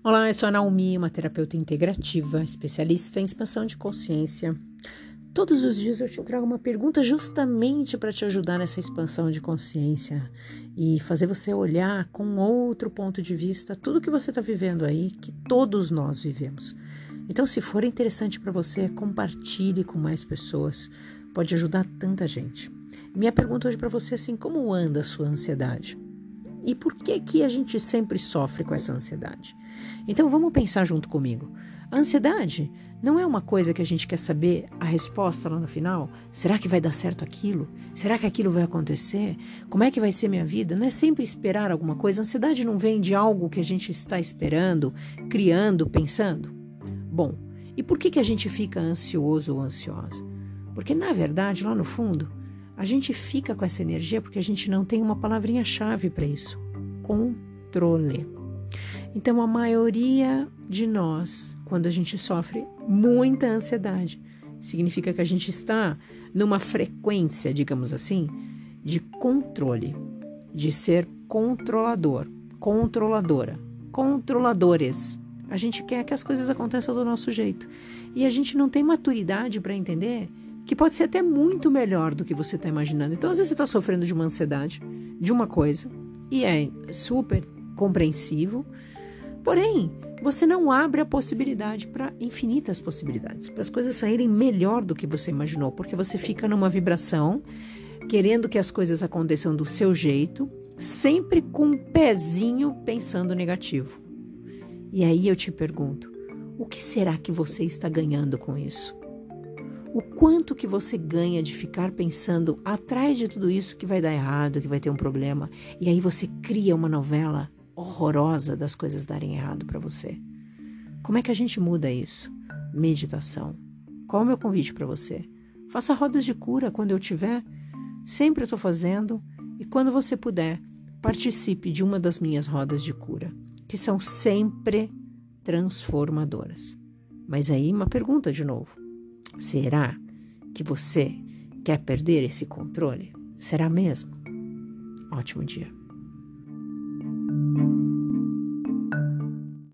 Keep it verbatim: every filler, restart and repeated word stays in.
Olá, eu sou a Naomi, uma terapeuta integrativa, especialista em expansão de consciência. Todos os dias eu te trago uma pergunta justamente para te ajudar nessa expansão de consciência e fazer você olhar com outro ponto de vista tudo que você está vivendo aí, que todos nós vivemos. Então, se for interessante para você, compartilhe com mais pessoas. Pode ajudar tanta gente. Minha pergunta hoje para você é assim, como anda a sua ansiedade? E por que que a gente sempre sofre com essa ansiedade? Então vamos pensar junto comigo. A ansiedade não é uma coisa que a gente quer saber a resposta lá no final? Será que vai dar certo aquilo? Será que aquilo vai acontecer? Como é que vai ser minha vida? Não é sempre esperar alguma coisa? A ansiedade não vem de algo que a gente está esperando, criando, pensando? Bom, e por que que a gente fica ansioso ou ansiosa? Porque na verdade, lá no fundo, a gente fica com essa energia porque a gente não tem uma palavrinha-chave para isso. Controle. Então, a maioria de nós, quando a gente sofre muita ansiedade, significa que a gente está numa frequência, digamos assim, de controle, de ser controlador, controladora, controladores. A gente quer que as coisas aconteçam do nosso jeito. E a gente não tem maturidade para entender que pode ser até muito melhor do que você está imaginando. Então, às vezes você está sofrendo de uma ansiedade, de uma coisa, e é super compreensivo, porém, você não abre a possibilidade para infinitas possibilidades, para as coisas saírem melhor do que você imaginou, porque você fica numa vibração, querendo que as coisas aconteçam do seu jeito, sempre com um pezinho pensando negativo. E aí eu te pergunto, o que será que você está ganhando com isso? O quanto que você ganha de ficar pensando atrás de tudo isso que vai dar errado, que vai ter um problema, e aí você cria uma novela horrorosa das coisas darem errado para você. Como é que a gente muda isso? Meditação. Qual é o meu convite para você? Faça rodas de cura quando eu tiver. Sempre eu estou fazendo. E quando você puder, participe de uma das minhas rodas de cura, que são sempre transformadoras. Mas aí uma pergunta de novo. Será que você quer perder esse controle? Será mesmo? Ótimo dia.